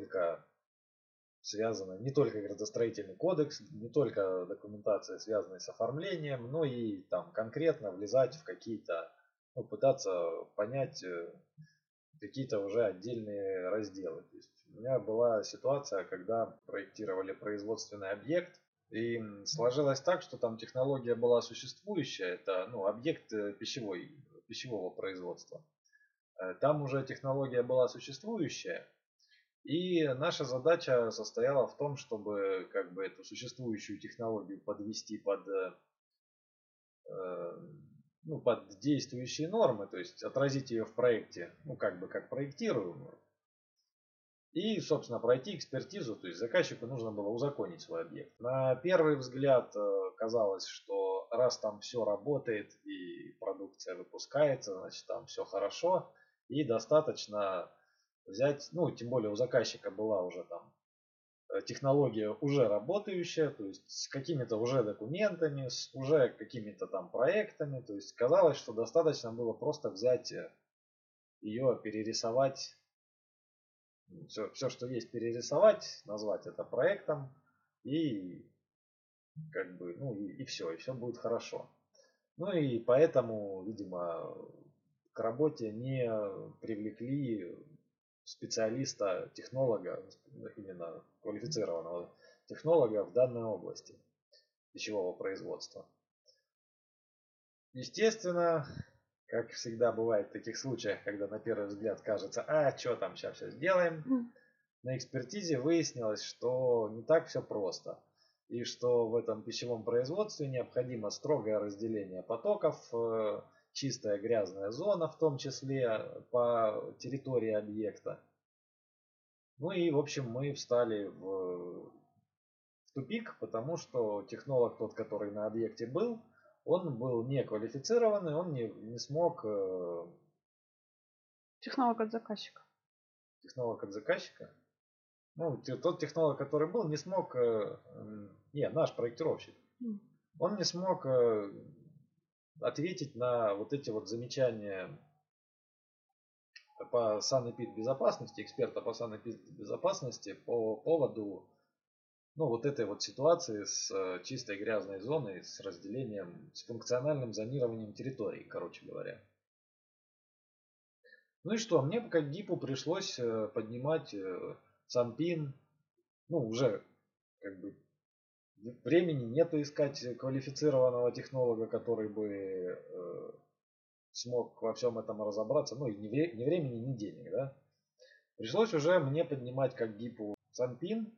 не только градостроительный кодекс, не только документация, связанная с оформлением, но и там конкретно влезать в какие-то, ну, пытаться понять какие-то уже отдельные разделы. То есть у меня была ситуация, когда проектировали производственный объект, и сложилось так, что там технология была существующая, это ну, объект пищевого производства. Там уже технология была существующая, и наша задача состояла в том, чтобы как бы эту существующую технологию подвести э, под действующие нормы, то есть отразить ее в проекте, ну как бы как проектируемую. И, собственно, пройти экспертизу, то есть заказчику нужно было узаконить свой объект. На первый взгляд казалось, что раз там все работает и продукция выпускается, значит там все хорошо и достаточно взять, ну тем более у заказчика была уже там технология уже работающая, то есть с какими-то уже документами, с уже какими-то там проектами, то есть казалось, что достаточно было просто взять ее, перерисовать, все, что есть, перерисовать, назвать это проектом и как бы, ну и все, и все будет хорошо. Ну и поэтому, видимо, к работе не привлекли специалиста, технолога, именно квалифицированного технолога в данной области пищевого производства. Естественно, как всегда бывает в таких случаях, когда на первый взгляд кажется, что там, сейчас все сделаем, на экспертизе выяснилось, что не так все просто. И что в этом пищевом производстве необходимо строгое разделение потоков, чистая грязная зона, в том числе по территории объекта. Ну и, в общем, мы встали в тупик, потому что технолог, тот, который на объекте был, он был не квалифицированный, он не смог, Технолог от заказчика. технолог от заказчика, ну, тот технолог, который был, не смог, наш проектировщик, он не смог ответить на вот эти вот замечания по санэпидбезопасности, эксперта по санэпидбезопасности по поводу вот этой вот ситуации с чистой грязной зоной, с разделением, с функциональным зонированием территории, короче говоря. Ну и что, мне как ГИПу пришлось поднимать СанПин, уже как бы времени нету искать квалифицированного технолога, который бы смог во всем этом разобраться, и ни времени, ни денег, да. Пришлось уже мне поднимать как ГИПу СанПин.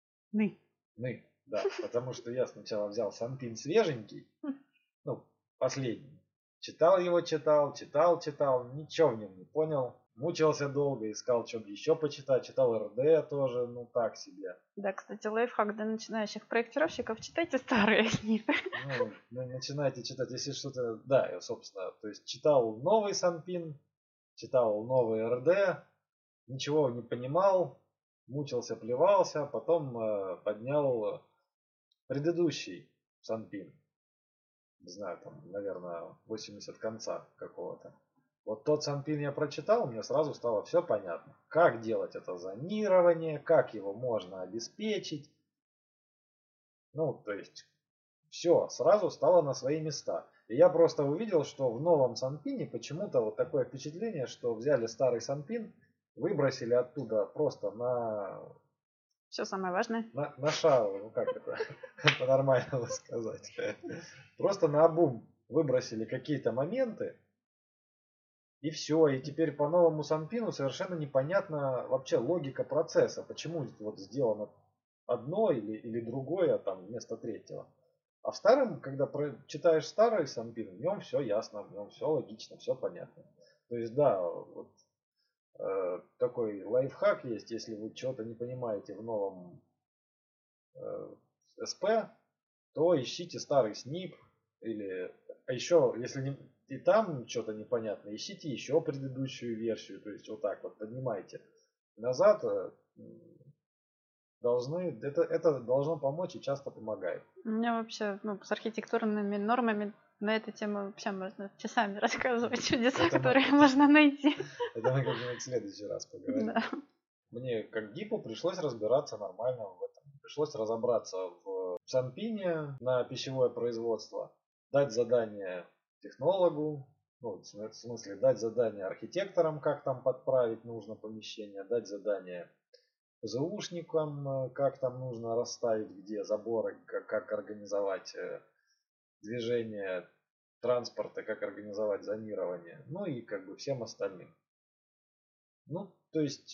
Да, потому что я сначала взял СанПин свеженький, последний. Читал, ничего в нем не понял. Мучился долго, искал, что еще почитать. Читал РД тоже, так себе. Да, кстати, лайфхак для начинающих проектировщиков. Читайте старые книги. Начинайте читать, если что-то... Да, собственно, то есть читал новый СанПин, читал новый РД, ничего не понимал, мучился, плевался, потом поднял предыдущий СанПин. Не знаю, там, наверное, 80 конца какого-то. Вот тот СанПин я прочитал, мне сразу стало все понятно. Как делать это зонирование, как его можно обеспечить. То есть, все сразу стало на свои места. И я просто увидел, что в новом СанПине почему-то вот такое впечатление, что взяли старый СанПин, выбросили оттуда просто на... Все самое важное. На шару, как это по-нормальному сказать. Просто наобум выбросили какие-то моменты. И все. И теперь по новому СанПину совершенно непонятна вообще логика процесса. Почему вот сделано одно или другое там вместо третьего. А в старом, когда читаешь старый СанПин, в нем все ясно, в нем все логично, все понятно. То есть да, вот такой лайфхак есть, если вы чего-то не понимаете в новом СП, то ищите старый СНИП, а еще, если и там что-то непонятно, ищите еще предыдущую версию, то есть вот так вот поднимайте назад, это должно помочь и часто помогает. У меня вообще с архитектурными нормами на эту тему вообще можно часами рассказывать чудеса, которые можно найти. Это мы как-нибудь в следующий раз поговорим. Да. Мне как ГИПу пришлось разбираться нормально в этом. Пришлось разобраться в СанПине на пищевое производство, дать задание технологу, в смысле дать задание архитекторам, как там подправить нужно помещение, дать задание ПЗУшникам, как там нужно расставить, где заборы, как организовать движение транспорта, как организовать зонирование, и как бы всем остальным. То есть...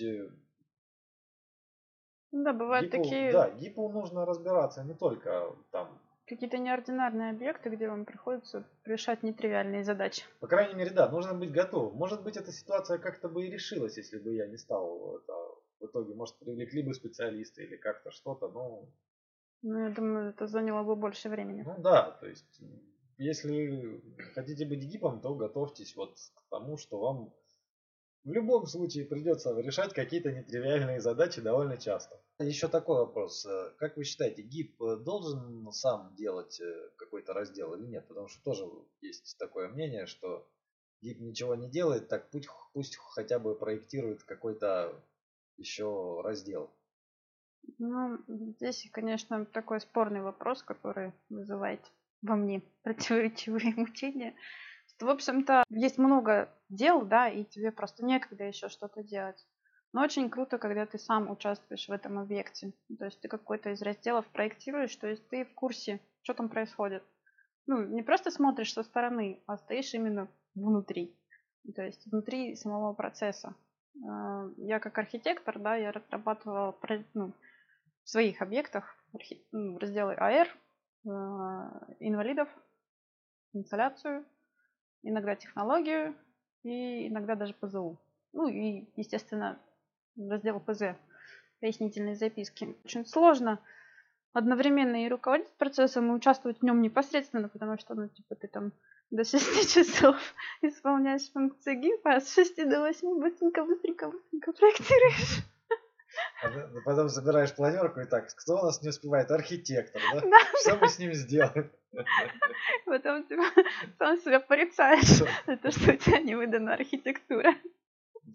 Да, бывают такие... Да, ГИПу нужно разбираться не только там... Какие-то неординарные объекты, где вам приходится решать нетривиальные задачи. По крайней мере, да, нужно быть готовым. Может быть, эта ситуация как-то бы и решилась, если бы я не стал в итоге, может, привлекли бы специалиста или как-то что-то, я думаю, это заняло бы больше времени. Да, то есть, если хотите быть ГИПом, то готовьтесь вот к тому, что вам в любом случае придется решать какие-то нетривиальные задачи довольно часто. Еще такой вопрос. Как вы считаете, ГИП должен сам делать какой-то раздел или нет? Потому что тоже есть такое мнение, что ГИП ничего не делает, так пусть хотя бы проектирует какой-то еще раздел. Здесь, конечно, такой спорный вопрос, который вызывает во мне противоречивые мучения. Что, в общем-то, есть много дел, да, и тебе просто некогда еще что-то делать. Но очень круто, когда ты сам участвуешь в этом объекте. То есть ты какой-то из разделов проектируешь, то есть ты в курсе, что там происходит. Не просто смотришь со стороны, а стоишь именно внутри. То есть внутри самого процесса. Я как архитектор, да, я разрабатывала в своих объектах разделы АР, инвалидов, инсталляцию, иногда технологию и иногда даже ПЗУ. И, естественно, раздел ПЗ, пояснительные записки. Очень сложно одновременно и руководить процессом, и участвовать в нем непосредственно, потому что, ты там до 6 часов исполняешь функции гипа, а с 6 до 8 быстренько проектируешь. Потом забираешь планерку и так, кто у нас не успевает? Архитектор, да? Да. Что мы с ним сделаем? Потом ты сам себя порицаешь за то, что у тебя не выдана архитектура.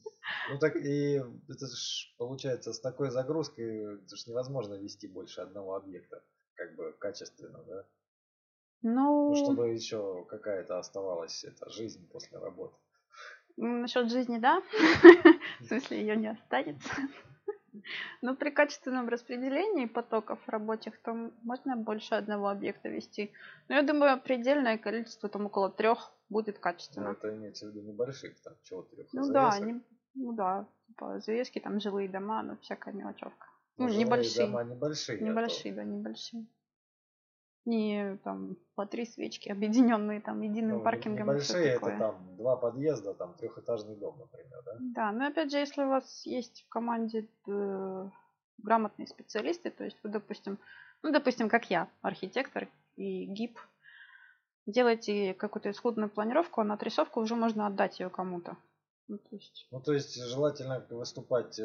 Ну так и это ж получается с такой загрузкой это ж невозможно вести больше одного объекта, как бы качественно, да? Ну, Ну, чтобы еще какая-то оставалась эта жизнь после работы. насчет жизни, да. В смысле, ее не останется. Но при качественном распределении потоков рабочих там можно больше одного объекта вести. Но я думаю, предельное количество, там около 3 будет Ну, качественно. это имеется в виду небольших, там, чего, 3 Ну да, АЗС. ну да, типа завески, там жилые дома, ну всякая мелочевка. Ну, Ну, жилые небольшие. дома небольшие, а то. Небольшие, да, небольшие. Не там по 3 свечки, объединенные там единым Ну, паркингом и все небольшие это такое. там 2 подъезда, там трехэтажный дом, например, да? Да, но опять же, если у вас есть в команде грамотные специалисты, то есть вы, допустим, ну, допустим, как я, архитектор и ГИП, делаете какую-то исходную планировку, а на отрисовку уже можно отдать ее кому-то. Ну, то есть, Ну, то есть желательно выступать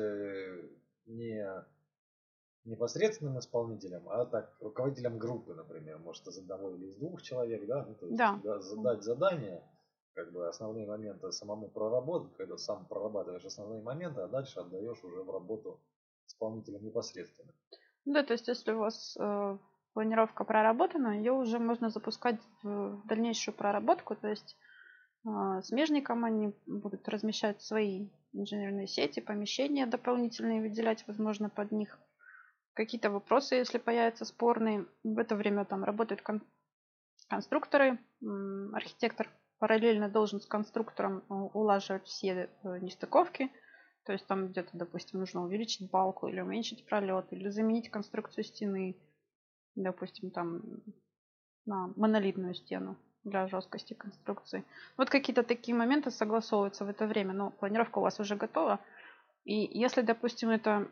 не непосредственным исполнителем, а так руководителем группы, например, может из одного или из 2 человек, да, ну, то есть да. задать задание, как бы основные моменты самому проработать, когда сам прорабатываешь основные моменты, а дальше отдаешь уже в работу исполнителям непосредственно. Да, то есть, если у вас планировка проработана, ее уже можно запускать в дальнейшую проработку, то есть смежные команды будут размещать свои инженерные сети, помещения дополнительные выделять, возможно, под них. Какие-то вопросы, если появятся спорные. В это время там работают конструкторы. Архитектор параллельно должен с конструктором улаживать все нестыковки. То есть там где-то, допустим, нужно увеличить балку или уменьшить пролет, или заменить конструкцию стены, допустим, там на монолитную стену для жесткости конструкции. Вот какие-то такие моменты согласовываются в это время, но планировка у вас уже готова. И если, допустим, это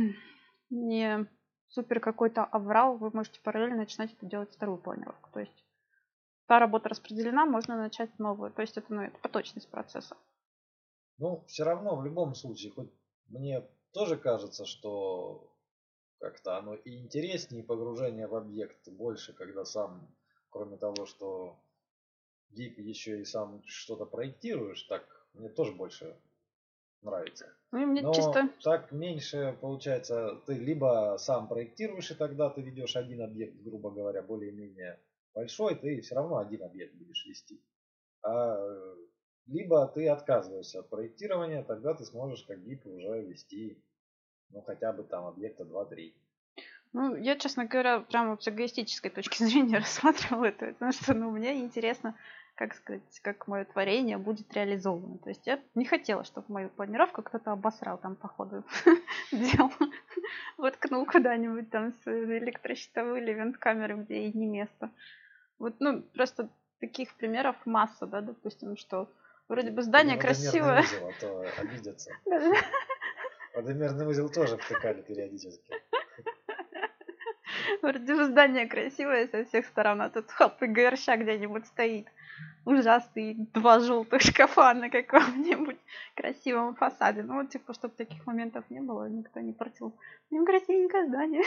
не супер какой-то аврал, вы можете параллельно начинать это делать вторую планировку. То есть та работа распределена, можно начать новую. То есть это, ну, это поточность процесса. Ну, все равно в любом случае, хоть мне тоже кажется, что как-то оно и интереснее, и погружение в объект больше, когда сам, кроме того, что гик еще и сам что-то проектируешь, так мне тоже больше нравится. Ну и мне Но чисто... так меньше получается, ты либо сам проектируешь, и тогда ты ведешь один объект, грубо говоря, более-менее большой, ты все равно один объект будешь вести. А либо ты отказываешься от проектирования, тогда ты сможешь как гик уже вести, ну, хотя бы там объекта 2-3. Ну, я, честно говоря, прямо с эгоистической точки зрения рассматривала это, потому что, ну, мне интересно, как сказать, как мое творение будет реализовано. То есть я не хотела, чтобы мою планировку кто-то обосрал там по ходу дел. Воткнул куда-нибудь там с электрощитовой или вент-камеры, где ей не место. Вот, ну, просто таких примеров масса, да, допустим, что вроде бы Ты не здание водомерный красивое. узел, а то обидятся. Водомерный узел тоже втыкали периодически. Вроде бы здание красивое со всех сторон, а тут хоп, и ГРЩ где-нибудь стоит. Ужасный, 2 желтых шкафа на каком-нибудь красивом фасаде. Ну, вот, типа, чтобы таких моментов не было, никто не портил. Ну, красивенькое здание.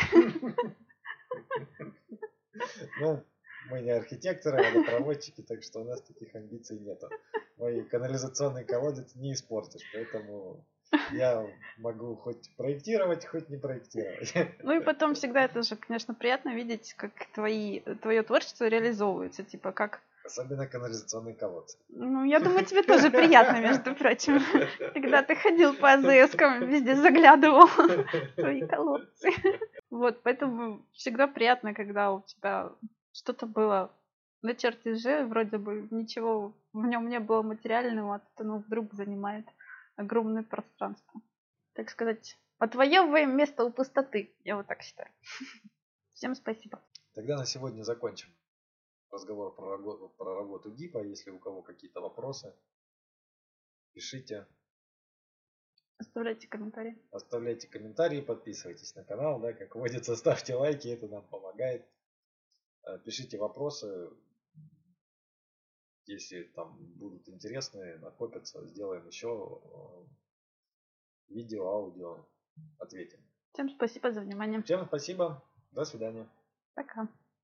Ну, мы не архитекторы, а водопроводчики, так что у нас таких амбиций нету. Мой канализационный колодец не испортишь, поэтому я могу хоть проектировать, хоть не проектировать. Ну и потом всегда это же, конечно, приятно видеть, как твое творчество реализовывается. Типа, как... Особенно канализационные колодцы. Ну, я думаю, тебе тоже приятно, между прочим. Когда ты ходил по АЗСкам, везде заглядывал в свои колодцы. Вот, поэтому всегда приятно, когда у тебя что-то было на чертеже, вроде бы ничего в нем не было материального, а тут оно вдруг занимает огромное пространство. Так сказать, отвоевываем место у пустоты, я вот так считаю. Всем спасибо. Тогда на сегодня закончим разговор про работу ГИПа. Если у кого какие-то вопросы, пишите. Оставляйте комментарии. Оставляйте комментарии, подписывайтесь на канал, да, как водится, ставьте лайки, это нам помогает. Пишите вопросы, если там будут интересные, накопятся, сделаем еще видео, аудио, ответим. Всем спасибо за внимание. Всем спасибо, до свидания. Пока.